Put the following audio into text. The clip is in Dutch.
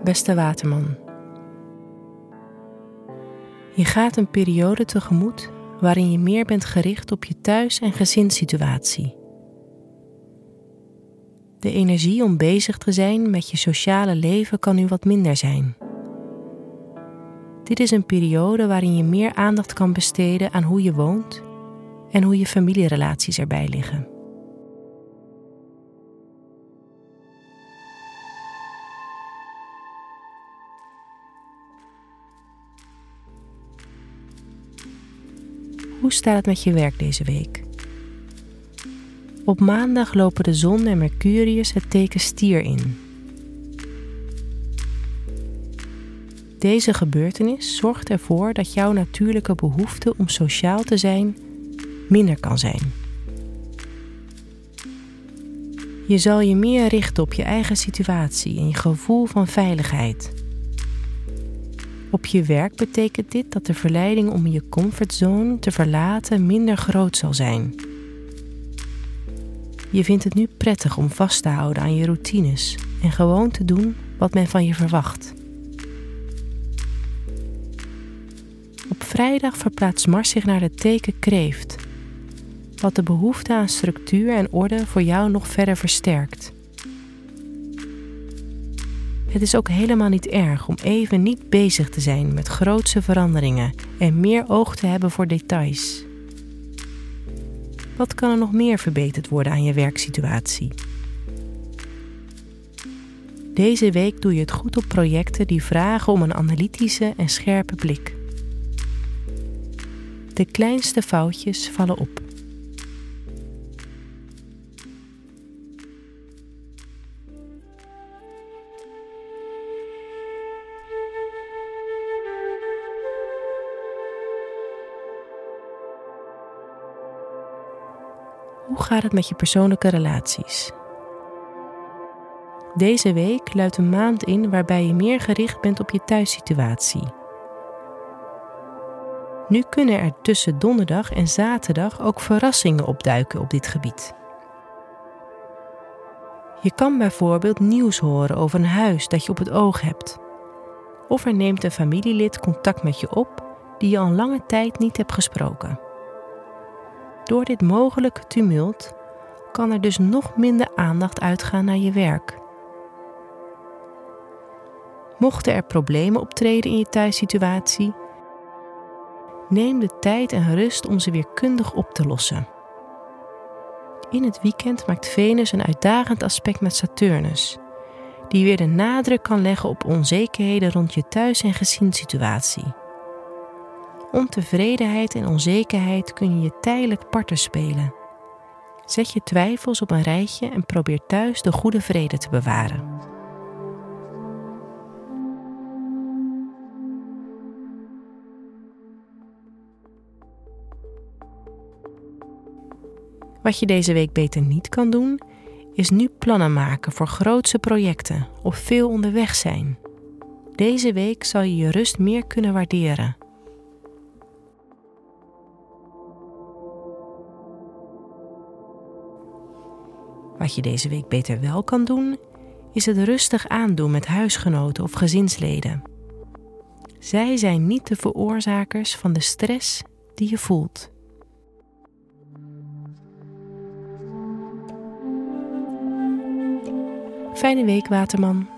Beste Waterman. Je gaat een periode tegemoet waarin je meer bent gericht op je thuis- en gezinssituatie. De energie om bezig te zijn met je sociale leven kan nu wat minder zijn. Dit is een periode waarin je meer aandacht kan besteden aan hoe je woont en hoe je familierelaties erbij liggen. Hoe staat het met je werk deze week? Op maandag lopen de zon en Mercurius het teken Stier in. Deze gebeurtenis zorgt ervoor dat jouw natuurlijke behoefte om sociaal te zijn minder kan zijn. Je zal je meer richten op je eigen situatie en je gevoel van veiligheid. Op je werk betekent dit dat de verleiding om je comfortzone te verlaten minder groot zal zijn. Je vindt het nu prettig om vast te houden aan je routines en gewoon te doen wat men van je verwacht. Op vrijdag verplaatst Mars zich naar het teken Kreeft, wat de behoefte aan structuur en orde voor jou nog verder versterkt. Het is ook helemaal niet erg om even niet bezig te zijn met grootse veranderingen en meer oog te hebben voor details. Wat kan er nog meer verbeterd worden aan je werksituatie? Deze week doe je het goed op projecten die vragen om een analytische en scherpe blik. De kleinste foutjes vallen op. Hoe gaat het met je persoonlijke relaties? Deze week luidt een maand in waarbij je meer gericht bent op je thuissituatie. Nu kunnen er tussen donderdag en zaterdag ook verrassingen opduiken op dit gebied. Je kan bijvoorbeeld nieuws horen over een huis dat je op het oog hebt. Of er neemt een familielid contact met je op die je al lange tijd niet hebt gesproken. Door dit mogelijke tumult kan er dus nog minder aandacht uitgaan naar je werk. Mochten er problemen optreden in je thuissituatie, neem de tijd en rust om ze weer kundig op te lossen. In het weekend maakt Venus een uitdagend aspect met Saturnus, die weer de nadruk kan leggen op onzekerheden rond je thuis- en gezinssituatie. Ontevredenheid en onzekerheid kun je tijdelijk parten spelen. Zet je twijfels op een rijtje en probeer thuis de goede vrede te bewaren. Wat je deze week beter niet kan doen, is nu plannen maken voor grootse projecten of veel onderweg zijn. Deze week zal je je rust meer kunnen waarderen. Wat je deze week beter wel kan doen, is het rustig aandoen met huisgenoten of gezinsleden. Zij zijn niet de veroorzakers van de stress die je voelt. Fijne week, Waterman.